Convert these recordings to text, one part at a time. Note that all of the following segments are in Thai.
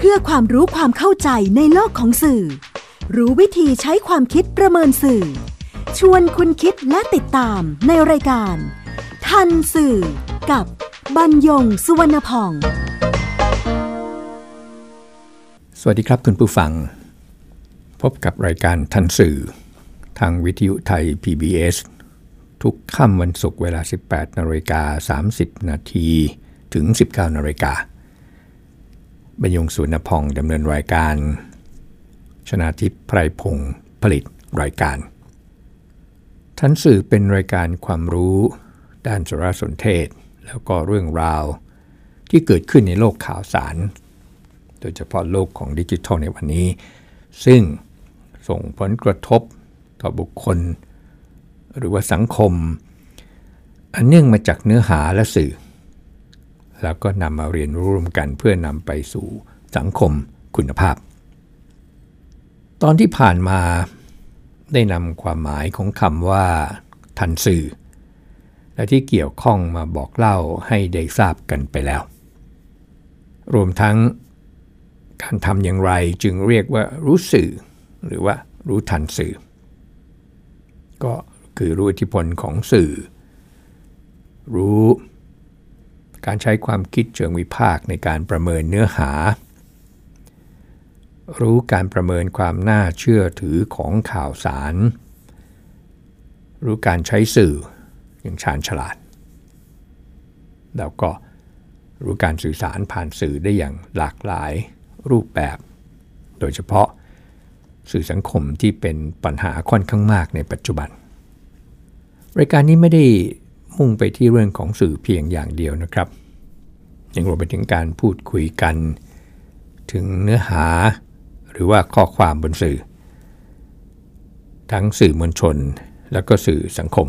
พื่อความรู้ความเข้าใจในโลกของสื่อรู้วิธีใช้ความคิดประเมินสื่อชวนคุณคิดและติดตามในรายการทันสื่อกับบรรยงสุวรรณพองสวัสดีครับคุณผู้ฟังพบกับรายการทันสื่อทางวิทยุไทย PBS ทุกค่ำวันศุกร์เวลา 18:30 น.ถึง 19:00 น.บรรยงสุวรรณพองดำเนินรายการชนาทิพย์ไพรพงศ์ผลิตรายการทันสื่อเป็นรายการความรู้ด้านสารสนเทศแล้วก็เรื่องราวที่เกิดขึ้นในโลกข่าวสารโดยเฉพาะโลกของดิจิทัลในวันนี้ซึ่งส่งผลกระทบต่อบุคคลหรือว่าสังคมอันเนื่องมาจากเนื้อหาและสื่อแล้วก็นำมาเรียนรู้ร่วมกันเพื่อนำไปสู่สังคมคุณภาพตอนที่ผ่านมาได้นำความหมายของคำว่าทันสื่อและที่เกี่ยวข้องมาบอกเล่าให้ได้ทราบกันไปแล้วรวมทั้งการทำอย่างไรจึงเรียกว่ารู้สื่อหรือว่ารู้ทันสื่อก็คือรู้อิทธิพลของสื่อรู้การใช้ความคิดเชิงวิพากษ์ในการประเมินเนื้อหารู้การประเมินความน่าเชื่อถือของข่าวสารรู้การใช้สื่ออย่างชาญฉลาดแล้วก็รู้การสื่อสารผ่านสื่อได้อย่างหลากหลายรูปแบบโดยเฉพาะสื่อสังคมที่เป็นปัญหาค่อนข้างมากในปัจจุบันรายการนี้ไม่ได้มุ่งไปที่เรื่องของสื่อเพียงอย่างเดียวนะครับยังรวมไปถึงการพูดคุยกันถึงเนื้อหาหรือว่าข้อความบนสื่อทั้งสื่อมวลชนแล้วก็สื่อสังคม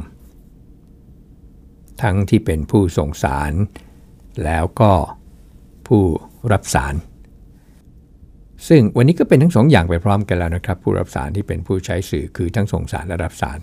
ทั้งที่เป็นผู้ส่งสารแล้วก็ผู้รับสารซึ่งวันนี้ก็เป็นทั้งสองอย่างไปพร้อมกันแล้วนะครับผู้รับสารที่เป็นผู้ใช้สื่อคือทั้งส่งสารและรับสาร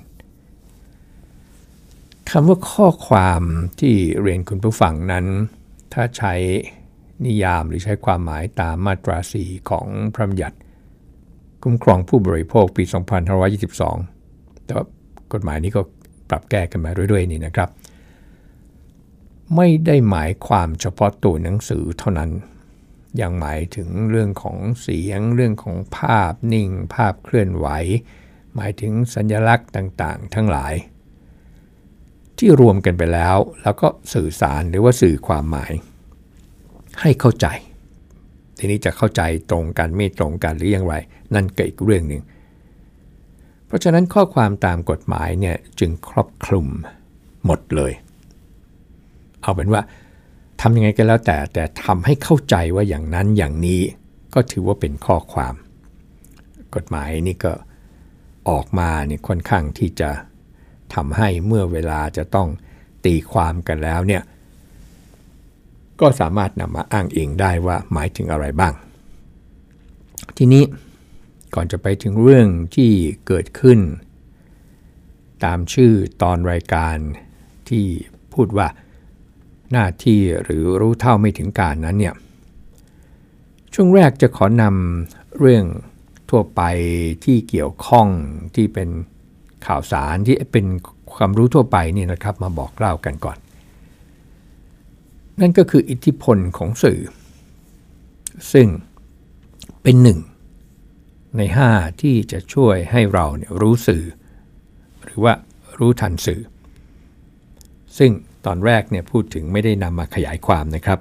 คำว่าข้อความที่เรียนคุณผู้ฟังนั้นถ้าใช้นิยามหรือใช้ความหมายตามมาตรา 4 ของพระบัญญัติคุ้มครองผู้บริโภคปี2522แต่ว่ากฎหมายนี้ก็ปรับแก้กันมาเรื่อยๆนี่นะครับไม่ได้หมายความเฉพาะตัวหนังสือเท่านั้นยังหมายถึงเรื่องของเสียงเรื่องของภาพนิ่งภาพเคลื่อนไหวหมายถึงสัญลักษณ์ต่างๆทั้งหลายที่รวมกันไปแล้วก็สื่อสารหรือว่าสื่อความหมายให้เข้าใจทีนี้จะเข้าใจตรงกันไม่ตรงกันหรืออย่างไรนั่นก็อีกเรื่องหนึ่งเพราะฉะนั้นข้อความตามกฎหมายเนี่ยจึงครอบคลุมหมดเลยเอาเป็นว่าทำยังไงก็แล้วแต่ทำให้เข้าใจว่าอย่างนั้นอย่างนี้ก็ถือว่าเป็นข้อความกฎหมายนี่ก็ออกมาเนี่ยค่อนข้างที่จะทำให้เมื่อเวลาจะต้องตีความกันแล้วเนี่ยก็สามารถนำมาอ้างอิงได้ว่าหมายถึงอะไรบ้างทีนี้ก่อนจะไปถึงเรื่องที่เกิดขึ้นตามชื่อตอนรายการที่พูดว่าหน้าที่หรือรู้เท่าไม่ถึงการนั้นเนี่ยช่วงแรกจะขอนำเรื่องทั่วไปที่เกี่ยวข้องที่เป็นข่าวสารที่เป็นความรู้ทั่วไปนี่นะครับมาบอกเล่ากันก่อนนั่นก็คืออิทธิพลของสื่อซึ่งเป็นหนึ่งใน5ที่จะช่วยให้เราเนี่ยรู้สื่อหรือว่ารู้ทันสื่อซึ่งตอนแรกเนี่ยพูดถึงไม่ได้นำมาขยายความนะครับ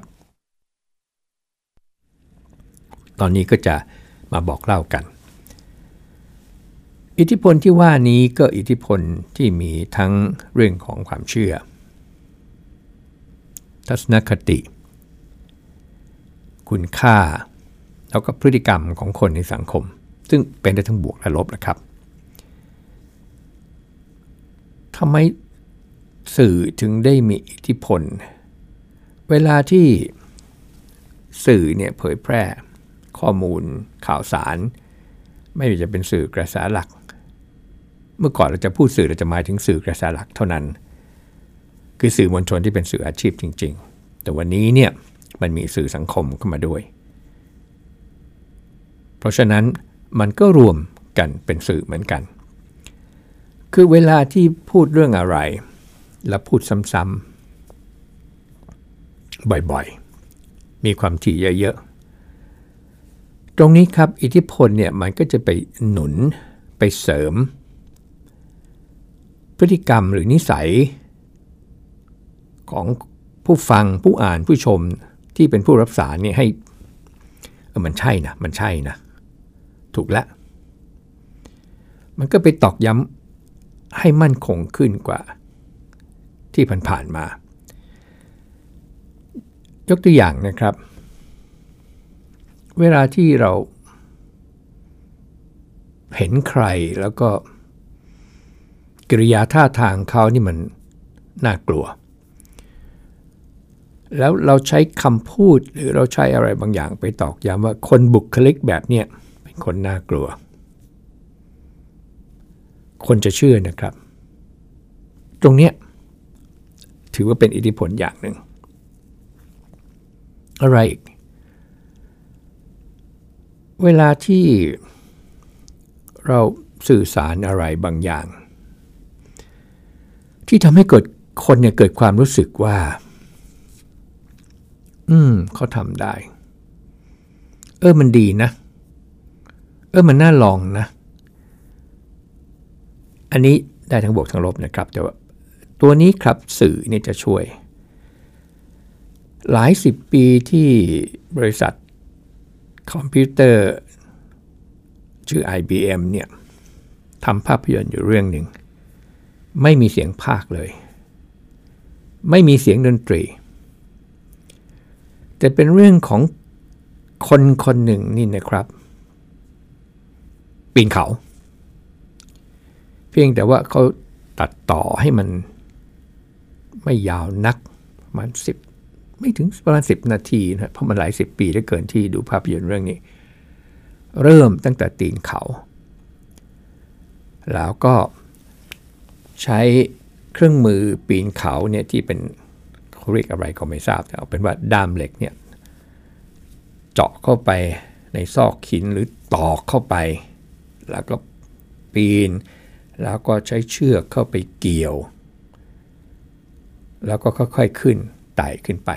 ตอนนี้ก็จะมาบอกเล่ากันอิทธิพลที่ว่านี้ก็อิทธิพลที่มีทั้งเรื่องของความเชื่อทัศนคติคุณค่าแล้วก็พฤติกรรมของคนในสังคมซึ่งเป็นได้ทั้งบวกและลบนะครับทำไมสื่อถึงได้มีอิทธิพลเวลาที่สื่อเนี่ยเผยแพร่ข้อมูลข่าวสารไม่ว่าจะเป็นสื่อกระแสหลักเมื่อก่อนเราจะพูดสื่อเราจะหมายถึงสื่อกระแสหลักเท่านั้นคือสื่อมวลชนที่เป็นสื่ออาชีพจริงๆแต่วันนี้เนี่ยมันมีสื่อสังคมเข้ามาด้วยเพราะฉะนั้นมันก็รวมกันเป็นสื่อเหมือนกันคือเวลาที่พูดเรื่องอะไรแล้วพูดซ้ำๆบ่อยๆมีความถี่เยอะๆตรงนี้ครับอิทธิพลเนี่ยมันก็จะไปหนุนไปเสริมพฤติกรรมหรือนิสัยของผู้ฟังผู้อ่านผู้ชมที่เป็นผู้รับสารเนี่ยให้มันใช่นะถูกแล้วมันก็ไปตอกย้ำให้มั่นคงขึ้นกว่าที่ผ่านๆมายกตัวอย่างนะครับเวลาที่เราเห็นใครแล้วก็กิริยาท่าทางเขานี่มันน่ากลัวแล้วเราใช้คำพูดหรือเราใช้อะไรบางอย่างไปตอกย้ำว่าคนบุคลิกแบบเนี้ยเป็นคนน่ากลัวคนจะเชื่อนะครับตรงเนี้ยถือว่าเป็นอิทธิพลอย่างหนึ่งอะไรอีกเวลาที่เราสื่อสารอะไรบางอย่างที่ทำให้เกิดคนเนี่ยเกิดความรู้สึกว่าเขาทำได้มันดีนะมันน่าลองนะอันนี้ได้ทั้งบวกทั้งลบนะครับแต่ว่าตัวนี้ครับสื่อเนี่ยจะช่วยหลายสิบปีที่บริษัทคอมพิวเตอร์ชื่อ IBM เนี่ยทำภาพยนตร์อยู่เรื่องหนึ่งไม่มีเสียงพากย์เลยไม่มีเสียงดนตรีแต่เป็นเรื่องของคนคนหนึ่งนี่นะครับปีนเขาเพียงแต่ว่าเขาตัดต่อให้มันไม่ยาวนักประมาณไม่ถึงประมาณ10 นาทีนะเพราะมันหลาย10 ปีเหลือเกินที่ดูภาพยนตร์เรื่องนี้เริ่มตั้งแต่ตีนเขาแล้วก็ใช้เครื่องมือปีนเขาเนี่ยที่เป็นเขาเรียกอะไรก็ไม่ทราบแต่เอาเป็นว่าด้ามเหล็กเนี่ยเจาะเข้าไปในซอกหินหรือตอกเข้าไปแล้วก็ปีนแล้วก็ใช้เชือกเข้าไปเกี่ยวแล้วก็ค่อยๆขึ้นไต่ขึ้นไป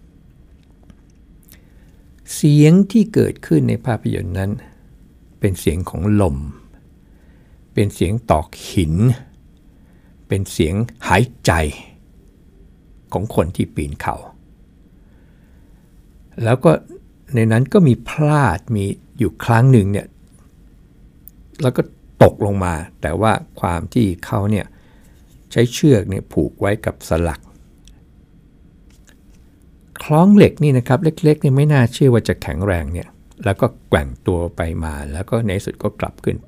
เสียงที่เกิดขึ้นในภาพยนตร์นั้นเป็นเสียงของลมเป็นเสียงตอกหินเป็นเสียงหายใจของคนที่ปีนเขาแล้วก็ในนั้นก็มีพลาดมีอยู่ครั้งหนึ่งเนี่ยแล้วก็ตกลงมาแต่ว่าความที่เขาเนี่ยใช้เชือกเนี่ยผูกไว้กับสลักคล้องเหล็กนี่นะครับเล็กๆเนี่ยไม่น่าเชื่อว่าจะแข็งแรงเนี่ยแล้วก็แกว่งตัวไปมาแล้วก็ในสุดก็กลับขึ้นไป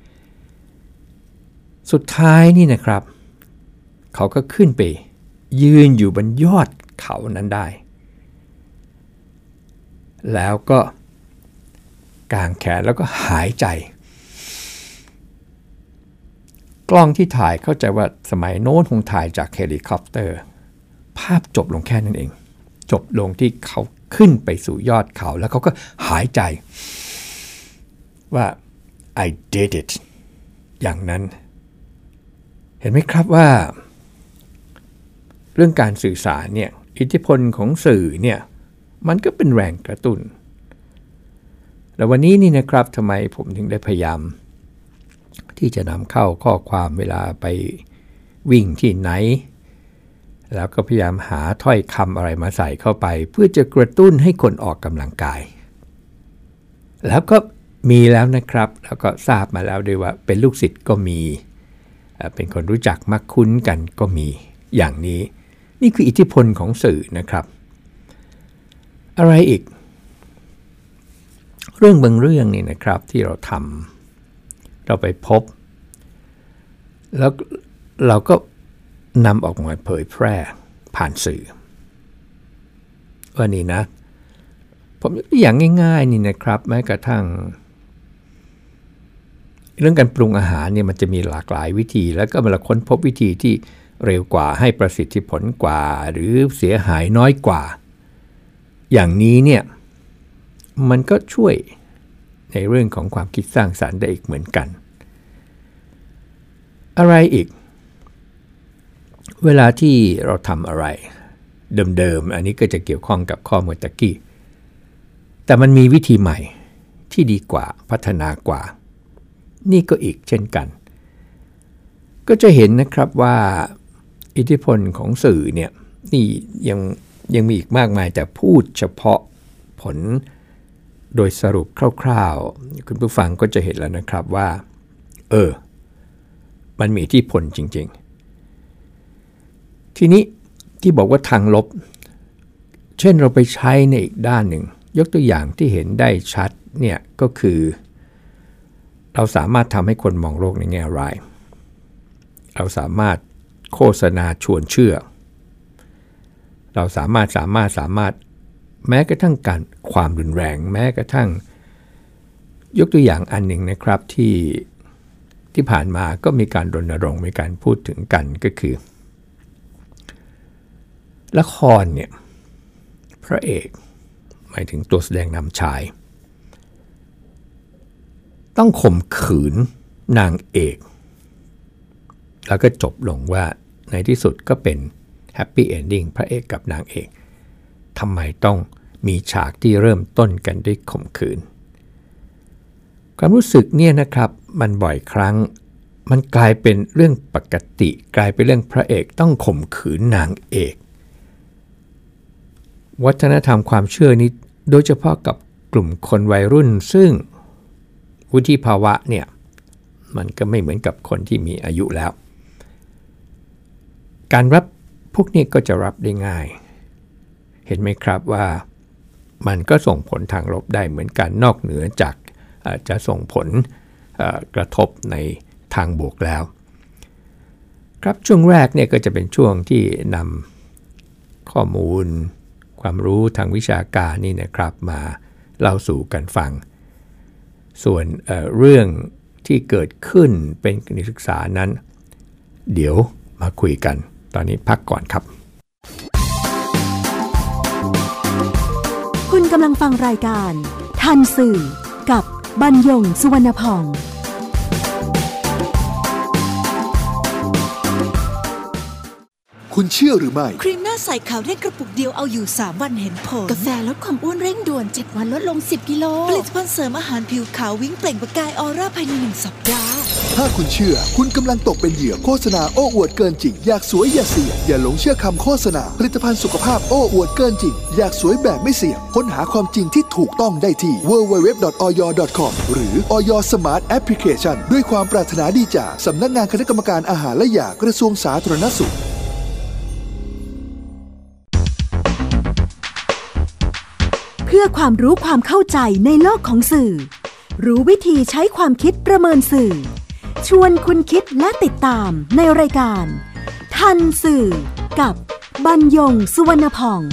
สุดท้ายนี่นะครับเขาก็ขึ้นไปยืนอยู่บนยอดเขานั้นได้แล้วก็กางแขนแล้วก็หายใจกล้องที่ถ่ายเข้าใจว่าสมัยโน้นคงถ่ายจากเฮลิคอปเตอร์ภาพจบลงแค่นั้นเองจบลงที่เขาขึ้นไปสู่ยอดเขาแล้วเขาก็หายใจว่า I did it อย่างนั้นเห็นไหมครับว่าเรื่องการสื่อสารเนี่ยอิทธิพลของสื่อเนี่ยมันก็เป็นแรงกระตุ้นแล้ววันนี้นี่นะครับทำไมผมถึงได้พยายามที่จะนำเข้าข้อความเวลาไปวิ่งที่ไหนแล้วก็พยายามหาถ้อยคำอะไรมาใส่เข้าไปเพื่อจะกระตุ้นให้คนออกกำลังกายแล้วก็มีแล้วนะครับแล้วก็ทราบมาแล้วด้วยว่าเป็นลูกศิษย์ก็มีเป็นคนรู้จักมักคุ้นกันก็มีอย่างนี้นี่คืออิทธิพลของสื่อนะครับอะไรอีกเรื่องบางเรื่องนี่นะครับที่เราทำเราไปพบแล้วเราก็นำออกมาเผยแพร่ผ่านสื่อว่านี่นะผมอย่างง่ายๆนี่นะครับแม้กระทั่งเรื่องการปรุงอาหารเนี่ยมันจะมีหลากหลายวิธีแล้วก็เวลาค้นพบวิธีที่เร็วกว่าให้ประสิทธิผลกว่าหรือเสียหายน้อยกว่าอย่างนี้เนี่ยมันก็ช่วยในเรื่องของความคิดสร้างสรรค์ได้อีกเหมือนกันอะไรอีกเวลาที่เราทำอะไรเดิมๆอันนี้ก็จะเกี่ยวข้องกับข้อมูลตะกี้แต่มันมีวิธีใหม่ที่ดีกว่าพัฒนากว่านี่ก็อีกเช่นกันก็จะเห็นนะครับว่าอิทธิพลของสื่อเนี่ยนี่ยังมีอีกมากมายแต่พูดเฉพาะผลโดยสรุปคร่าวๆคุณผู้ฟังก็จะเห็นแล้วนะครับว่ามันมีอิทธิพลจริงๆทีนี้ที่บอกว่าทางลบเช่นเราไปใช้ในอีกด้านหนึ่งยกตัวอย่างที่เห็นได้ชัดเนี่ยก็คือเราสามารถทำให้คนมองโลกในแง่ร้ายเราสามารถโฆษณาชวนเชื่อเราสามารถแม้กระทั่งการความรุนแรงแม้กระทั่งยกตัวอย่างอันหนึ่งนะครับที่ผ่านมาก็มีการรณรงค์มีการพูดถึงกันก็คือละครเนี่ยพระเอกหมายถึงตัวแสดงนำชายต้องข่มขืนนางเอกแล้วก็จบลงว่าในที่สุดก็เป็นแฮปปี้เอนดิ้งพระเอกกับนางเอกทำไมต้องมีฉากที่เริ่มต้นกันด้วยข่มขืนความรู้สึกเนี่ยนะครับมันบ่อยครั้งมันกลายเป็นเรื่องปกติกลายเป็นเรื่องพระเอกต้องข่มขืนนางเอกวัฒนธรรมความเชื่อนี้โดยเฉพาะกับกลุ่มคนวัยรุ่นซึ่งวุฒิภาวะเนี่ยมันก็ไม่เหมือนกับคนที่มีอายุแล้วการรับพวกนี้ก็จะรับได้ง่ายเห็นไหมครับว่ามันก็ส่งผลทางลบได้เหมือนกันนอกเหนือจากจะส่งผลกระทบในทางบวกแล้วครับช่วงแรกเนี่ยก็จะเป็นช่วงที่นำข้อมูลความรู้ทางวิชาการนี่นะครับมาเล่าสู่กันฟังส่วนเรื่องที่เกิดขึ้นเป็นการศึกษานั้นเดี๋ยวมาคุยกันตอนนี้พักก่อนครับคุณกำลังฟังรายการทันสื่อกับบรรยงสุวรรณพองคุณเชื่อหรือไม่ครีมหน้าใสขาวเร่งกระปุกเดียวเอาอยู่3วันเห็นผลกาแฟลดความอ้วนเร่งด่วน7วันลดลง10กิโลผลิตภัณฑ์เสริมอาหารผิวขาววิ่งเปล่งประกายออร่าภายใน1สัปดาห์ถ้าคุณเชื่อคุณกำลังตกเป็นเหยื่อโฆษณาโอ้อวดเกินจริงอยากสวยอย่าเสี่ยงอย่าหลงเชื่อคำโฆษณาผลิตภัณฑ์สุขภาพโอ้อวดเกินจริงอยากสวยแบบไม่เสี่ยงค้นหาความจริงที่ถูกต้องได้ที่ www.oyo.com หรือ Oyo Smart Application ด้วยความปรารถนาดีจากสำนักงานคณะกรรมการอาหารและยากระทรวงสาธารณสุขเพื่อความรู้ความเข้าใจในโลกของสื่อรู้วิธีใช้ความคิดประเมินสื่อชวนคุณคิดและติดตามในรายการทันสื่อกับบรรยงสุวรรณพอง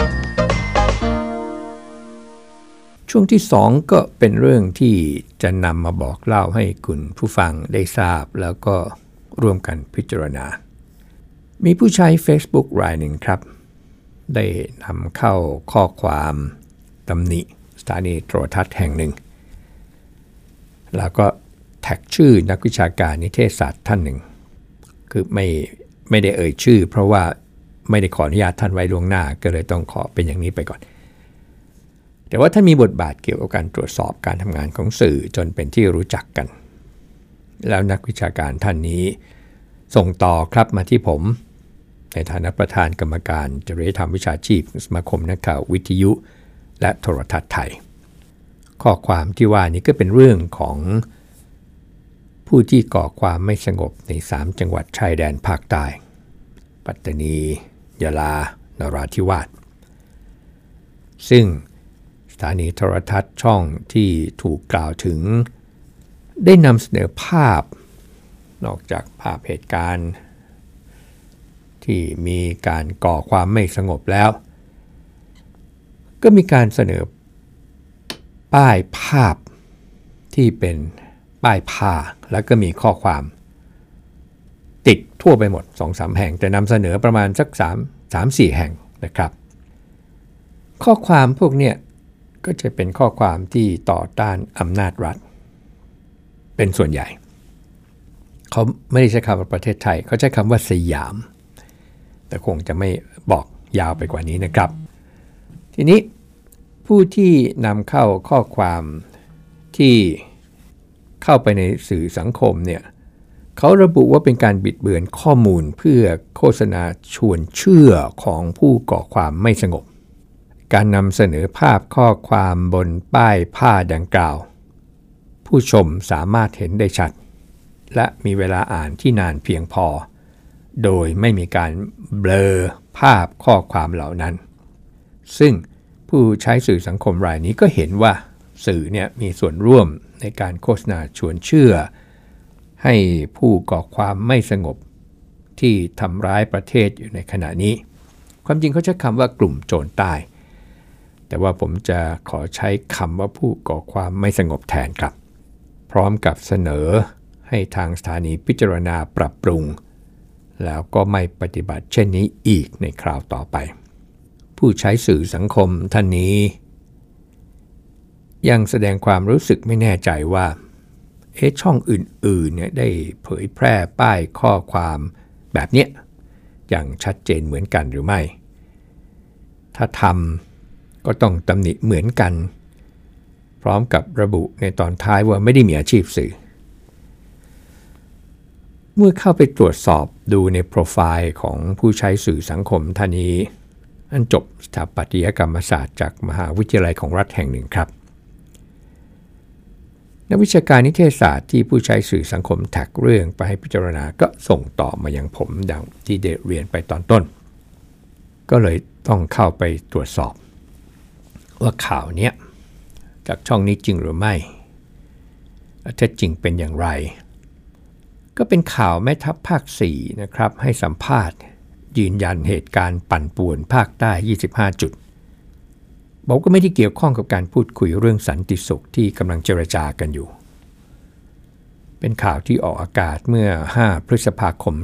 ช่วงที่2ก็เป็นเรื่องที่จะนำมาบอกเล่าให้คุณผู้ฟังได้ทราบแล้วก็ร่วมกันพิจารณามีผู้ใช้ Facebook รายหนึ่งครับได้นำเข้าข้อความตำหนิสถานีโทรทัศน์แห่งหนึ่งแล้วก็แท็กชื่อนักวิชาการนิเทศศาสตร์ท่านหนึ่งคือไม่ได้เอ่ยชื่อเพราะว่าไม่ได้ขออนุญาตท่านไว้ล่วงหน้าก็เลยต้องขอเป็นอย่างนี้ไปก่อนแต่ว่าท่านมีบทบาทเกี่ยวกับการตรวจสอบการทำงานของสื่อจนเป็นที่รู้จักกันแล้วนักวิชาการท่านนี้ส่งต่อครับมาที่ผมในฐานะประธานกรรมการจริยธรรมวิชาชีพสมาคมนักข่าววิทยุและโทรทัศน์ไทยข้อความที่ว่านี้ก็เป็นเรื่องของผู้ที่ก่อความไม่สงบใน3จังหวัดชายแดนภาคใต้ปัตตานียะลานราธิวาสซึ่งสถานีโทรทัศน์ช่องที่ถูกกล่าวถึงได้นำเสนอภาพนอกจากภาพเหตุการณ์ที่มีการก่อความไม่สงบแล้วก็มีการเสนอป้ายภาพที่เป็นป้ายผ้าแล้วก็มีข้อความติดทั่วไปหมด 2-3 แห่งแต่นำเสนอประมาณสัก 3-4 แห่งนะครับข้อความพวกเนี้ยก็จะเป็นข้อความที่ต่อต้านอำนาจรัฐเป็นส่วนใหญ่เขาไม่ได้ใช้คำว่าประเทศไทยเขาใช้คำว่าสยามแต่คงจะไม่บอกยาวไปกว่านี้นะครับทีนี้ผู้ที่นำเข้าข้อความที่เข้าไปในสื่อสังคมเนี่ยเขาระบุว่าเป็นการบิดเบือนข้อมูลเพื่อโฆษณาชวนเชื่อของผู้ก่อความไม่สงบการนำเสนอภาพข้อความบนป้ายผ้าดังกล่าวผู้ชมสามารถเห็นได้ชัดและมีเวลาอ่านที่นานเพียงพอโดยไม่มีการเบลอภาพข้อความเหล่านั้นซึ่งผู้ใช้สื่อสังคมรายนี้ก็เห็นว่าสื่อเนี่ยมีส่วนร่วมในการโฆษณาชวนเชื่อให้ผู้ก่อความไม่สงบที่ทำร้ายประเทศอยู่ในขณะนี้ความจริงเขาใช้คำว่ากลุ่มโจรใต้แต่ว่าผมจะขอใช้คำว่าผู้ก่อความไม่สงบแทนครับพร้อมกับเสนอให้ทางสถานีพิจารณาปรับปรุงแล้วก็ไม่ปฏิบัติเช่นนี้อีกในคราวต่อไปผู้ใช้สื่อสังคมท่านนี้ยังแสดงความรู้สึกไม่แน่ใจว่าช่องอื่นๆเนี่ยได้เผยแพร่ป้ายข้อความแบบนี้อย่างชัดเจนเหมือนกันหรือไม่ถ้าทำก็ต้องตำหนิเหมือนกันพร้อมกับระบุในตอนท้ายว่าไม่ได้มีอาชีพสื่อเมื่อเข้าไปตรวจสอบดูในโปรไฟล์ของผู้ใช้สื่อสังคมท่านนี้อันจบสถาปัตยกรรมศาสตร์จากมหาวิทยาลัยของรัฐแห่งหนึ่งครับนักวิชาการนิเทศศาสตร์ที่ผู้ใช้สื่อสังคมแท็กเรื่องไปให้พิจารณาก็ส่งต่อมายังผมดังที่ได้เรียนไปตอนต้นก็เลยต้องเข้าไปตรวจสอบว่าข่าวนี้จากช่องนี้จริงหรือไม่เท็จจริงเป็นอย่างไรก็เป็นข่าวแม่ทัพภาค4นะครับให้สัมภาษณ์ยืนยันเหตุการณ์ปั่นป่วนภาคใต้25จุดบอกก็ไม่ได้เกี่ยวข้องกับการพูดคุยเรื่องสันติสุขที่กำลังเจรจากันอยู่เป็นข่าวที่ออกอากาศเมื่อ5พฤษภาคม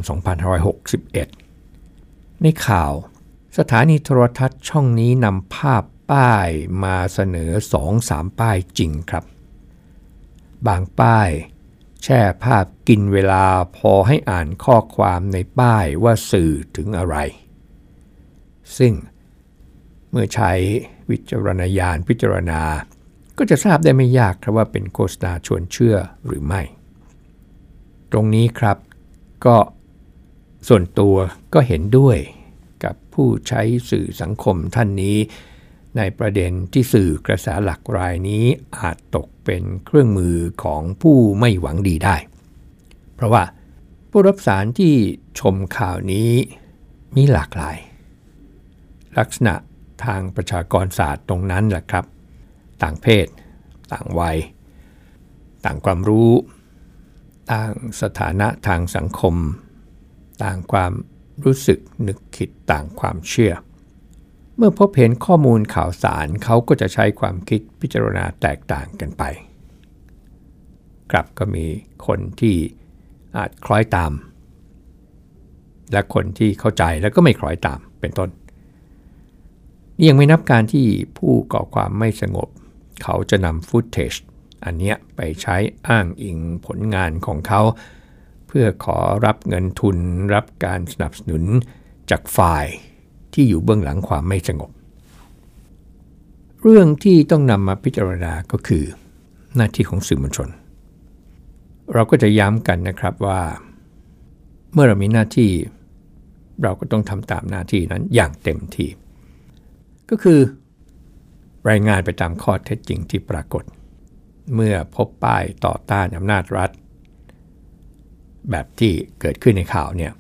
2561ในข่าวสถานีโทรทัศน์ช่องนี้นำภาพป้ายมาเสนอ 2-3 ป้ายจริงครับบางป้ายแช่ภาพกินเวลาพอให้อ่านข้อความในป้ายว่าสื่อถึงอะไรซึ่งเมื่อใช้วิจารณญาณพิจารณาก็จะทราบได้ไม่ยากครับว่าเป็นโฆษณาชวนเชื่อหรือไม่ตรงนี้ครับก็ส่วนตัวก็เห็นด้วยกับผู้ใช้สื่อสังคมท่านนี้ในประเด็นที่สื่อกระแสหลักรายนี้อาจตกเป็นเครื่องมือของผู้ไม่หวังดีได้เพราะว่าผู้รับสารที่ชมข่าวนี้มีหลากหลายลักษณะทางประชากรศาสตร์ตรงนั้นแหละครับต่างเพศต่างวัยต่างความรู้ต่างสถานะทางสังคมต่างความรู้สึกนึกคิดต่างความเชื่อเมื่อพบเห็นข้อมูลข่าวสารเขาก็จะใช้ความคิดพิจารณาแตกต่างกันไปครับก็มีคนที่อาจคล้อยตามและคนที่เข้าใจแล้วก็ไม่คล้อยตามเป็นต้นนี่ยังไม่นับการที่ผู้ก่อความไม่สงบเขาจะนำฟุตเทจอันเนี้ยไปใช้อ้างอิงผลงานของเขาเพื่อขอรับเงินทุนรับการสนับสนุนจากฝ่ายที่อยู่เบื้องหลังความไม่สงบเรื่องที่ต้องนำมาพิจารณาก็คือหน้าที่ของสื่อมวลชนเราก็จะย้ำกันนะครับว่าเมื่อเรามีหน้าที่เราก็ต้องทำตามหน้าที่นั้นอย่างเต็มที่ก็คือรายงานไปตามข้อเท็จจริงที่ปรากฏเมื่อพบป้ายต่อต้านอำนาจรัฐแบบที่เกิดขึ้นในข่าวเนี่ย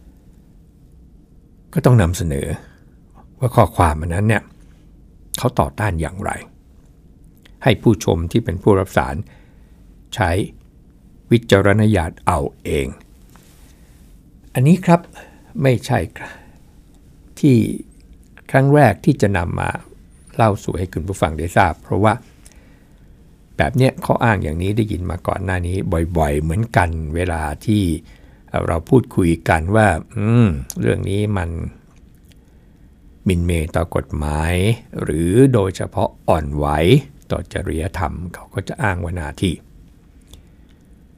ก็ต้องนำเสนอว่าข้อความอันนั้นเนี่ยเขาต่อต้านอย่างไรให้ผู้ชมที่เป็นผู้รับสารใช้วิจารณญาณเอาเองอันนี้ครับไม่ใช่ที่ครั้งแรกที่จะนำมาเล่าสู่ให้คุณผู้ฟังได้ทราบเพราะว่าแบบเนี้ยข้ออ้างอย่างนี้ได้ยินมาก่อนหน้านี้บ่อยๆเหมือนกันเวลาที่เราพูดคุยกันว่าเรื่องนี้มันหมิ่นเมต่อกฎหมายหรือโดยเฉพาะอ่อนไหวต่อจริยธรรมเขาก็จะอ้างว่าหน้าที่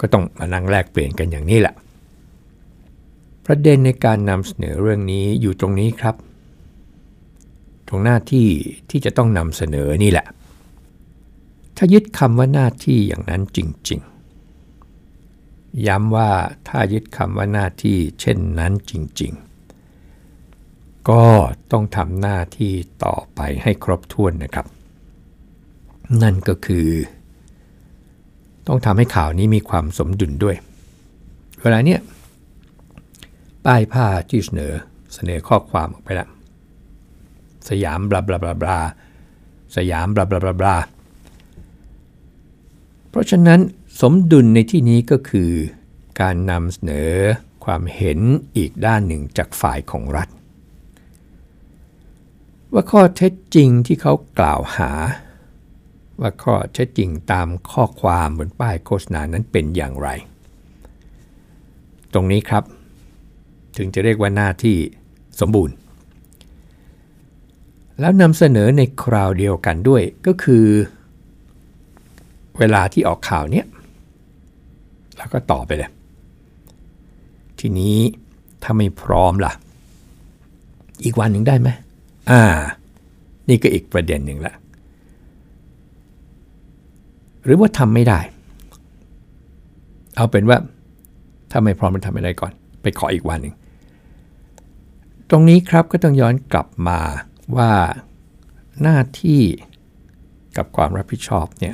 ก็ต้องมานั่งแลกเปลี่ยนกันอย่างนี้แหละประเด็นในการนำเสนอเรื่องนี้อยู่ตรงนี้ครับตรงหน้าที่ที่จะต้องนำเสนอนี่แหละถ้ายึดคำว่าหน้าที่อย่างนั้นจริงๆย้ำว่าถ้ายึดคำว่าหน้าที่เช่นนั้นจริงๆก็ต้องทำหน้าที่ต่อไปให้ครบถ้วนนะครับนั่นก็คือต้องทำให้ข่าวนี้มีความสมดุลด้วยเวลาเนี้ยป้ายผ้าที่เสนอข้อความออกไปแล้วสยามบลาบลาบลาบลาสยามบลาบลาบลาบลาเพราะฉะนั้นสมดุลในที่นี้ก็คือการนำเสนอความเห็นอีกด้านหนึ่งจากฝ่ายของรัฐว่าข้อเท็จจริงที่เขากล่าวหาว่าข้อเท็จจริงตามข้อความบนป้ายโฆษณานั้นเป็นอย่างไรตรงนี้ครับถึงจะเรียกว่าหน้าที่สมบูรณ์แล้วนำเสนอในคราวเดียวกันด้วยก็คือเวลาที่ออกข่าวเนี้ยแล้วก็ต่อไปเลยทีนี้ถ้าไม่พร้อมล่ะอีกวันหนึ่งได้ไหมนี่ก็อีกประเด็นหนึ่งละหรือว่าทำไม่ได้เอาเป็นว่าถ้าไม่พร้อมมันทำไม่ได้ก่อนไปขออีกวันหนึ่งตรงนี้ครับก็ต้องย้อนกลับมาว่าหน้าที่กับความรับผิดชอบเนี่ย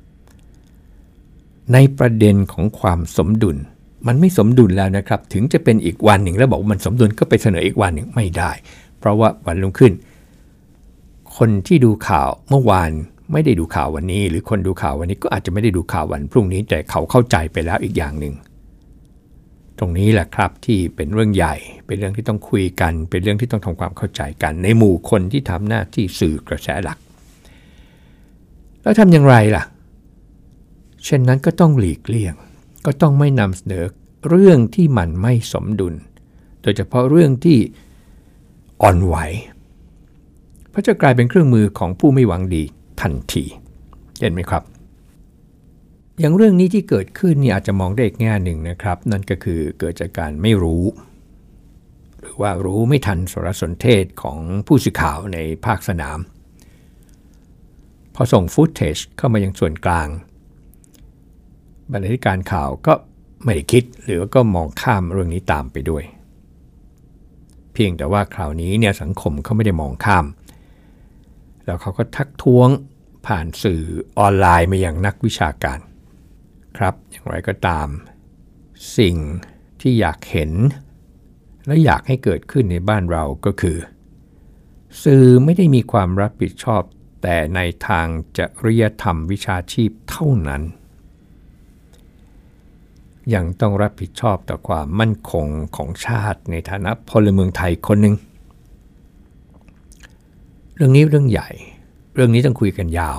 ในประเด็นของความสมดุลมันไม่สมดุลแล้วนะครับถึงจะเป็นอีกวันหนึ่งแล้วบอกว่ามันสมดุลก็ไปเสนออีกวันหนึ่งไม่ได้เพราะว่าวันรุ่งขึ้นคนที่ดูข่าวเมื่อวานไม่ได้ดูข่าววันนี้หรือคนดูข่าววันนี้ก็อาจจะไม่ได้ดูข่าววันพรุ่งนี้แต่เขาเข้าใจไปแล้วอีกอย่างหนึ่งตรงนี้แหละครับที่เป็นเรื่องใหญ่เป็นเรื่องที่ต้องคุยกันเป็นเรื่องที่ต้องทำความเข้าใจกันในหมู่คนที่ทำหน้าที่สื่อกระแสหลักแล้วทำอย่างไรล่ะเช่นนั้นก็ต้องหลีกเลี่ยงก็ต้องไม่นำเสนอเรื่องที่มันไม่สมดุลโดยเฉพาะเรื่องที่อ่อนไหวเพราะจะกลายเป็นเครื่องมือของผู้ไม่หวังดีทันทีเห็นไหมครับอย่างเรื่องนี้ที่เกิดขึ้นนี่อาจจะมองได้อีกแง่หนึ่งนะครับนั่นก็คือเกิดจากการไม่รู้หรือว่ารู้ไม่ทันสารสนเทศของผู้สื่อข่าวในภาคสนามพอส่งฟุตเทจเข้ามายังส่วนกลางบรรณาธิการข่าวก็ไม่ได้คิดหรือก็มองข้ามเรื่องนี้ตามไปด้วยเพียงแต่ว่าคราวนี้เนี่ยสังคมเขาไม่ได้มองข้ามแล้วเขาก็ทักท้วงผ่านสื่อออนไลน์มาอย่างนักวิชาการครับอย่างไรก็ตามสิ่งที่อยากเห็นและอยากให้เกิดขึ้นในบ้านเราก็คือสื่อไม่ได้มีความรับผิดชอบแต่ในทางจริยธรรมวิชาชีพเท่านั้นยังต้องรับผิดชอบต่อความมั่นคงของชาติในฐานะพลเมืองไทยคนหนึ่งเรื่องนี้เรื่องใหญ่เรื่องนี้ต้องคุยกันยาว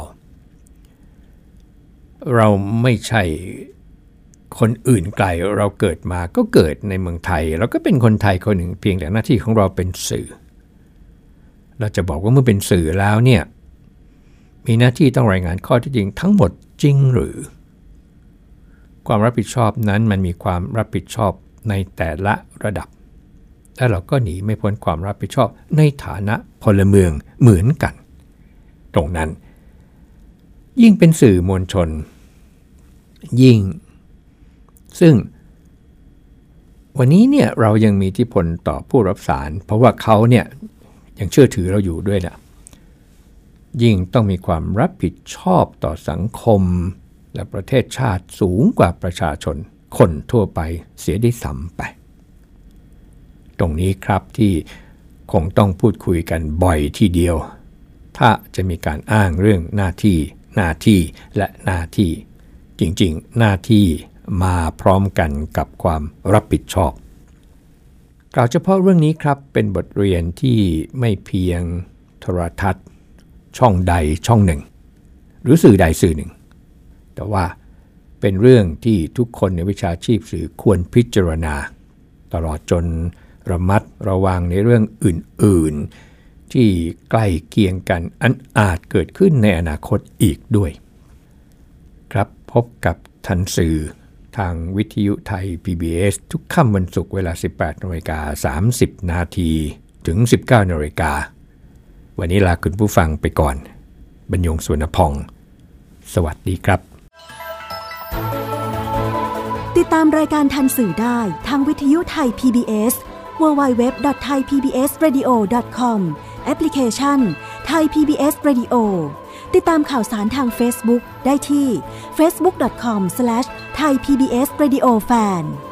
เราไม่ใช่คนอื่นไกลเราเกิดมาก็เกิดในเมืองไทยเราก็เป็นคนไทยคนหนึ่งเพียงแต่หน้าที่ของเราเป็นสื่อเราจะบอกว่าเมื่อเป็นสื่อแล้วเนี่ยมีหน้าที่ต้องรายงานข้อเท็จจริงทั้งหมดจริงหรือความรับผิดชอบนั้นมันมีความรับผิดชอบในแต่ละระดับและเราก็หนีไม่พ้นความรับผิดชอบในฐานะพลเมืองเหมือนกันตรงนั้นยิ่งเป็นสื่อมวลชนยิ่งซึ่งวันนี้เนี่ยเรายังมีอิทธิพลต่อผู้รับสารเพราะว่าเขาเนี่ยยังเชื่อถือเราอยู่ด้วยนะยิ่งต้องมีความรับผิดชอบต่อสังคมและประเทศชาติสูงกว่าประชาชนคนทั่วไปเสียได้ซ้ำไปตรงนี้ครับที่คงต้องพูดคุยกันบ่อยทีเดียวถ้าจะมีการอ้างเรื่องหน้าที่และหน้าที่จริงๆหน้าที่มาพร้อมกันกับความรับผิดชอบกล่าวเฉพาะเรื่องนี้ครับเป็นบทเรียนที่ไม่เพียงโทรทัศน์ช่องใดช่องหนึ่งหรือสื่อใดสื่อหนึ่งแต่ว่าเป็นเรื่องที่ทุกคนในวิชาชีพสื่อควรพิจารณาตลอดจนระมัดระวังในเรื่องอื่นๆที่ใกล้เคียงกันอันอาจเกิดขึ้นในอนาคตอีกด้วยครับพบกับทันสื่อทางวิทยุไทย PBS ทุกค่ำวันศุกร์เวลา 18:30 น.ถึง 19:00 น.วันนี้ลาคุณผู้ฟังไปก่อนบรรยงสุวรรณพองสวัสดีครับติดตามรายการทันสื่อได้ทางวิทยุไทย PBS www.thaipbsradio.com แอปพลิเคชัน Thai PBS Radio ติดตามข่าวสารทาง Facebook ได้ที่ facebook.com/thaipbsradiofan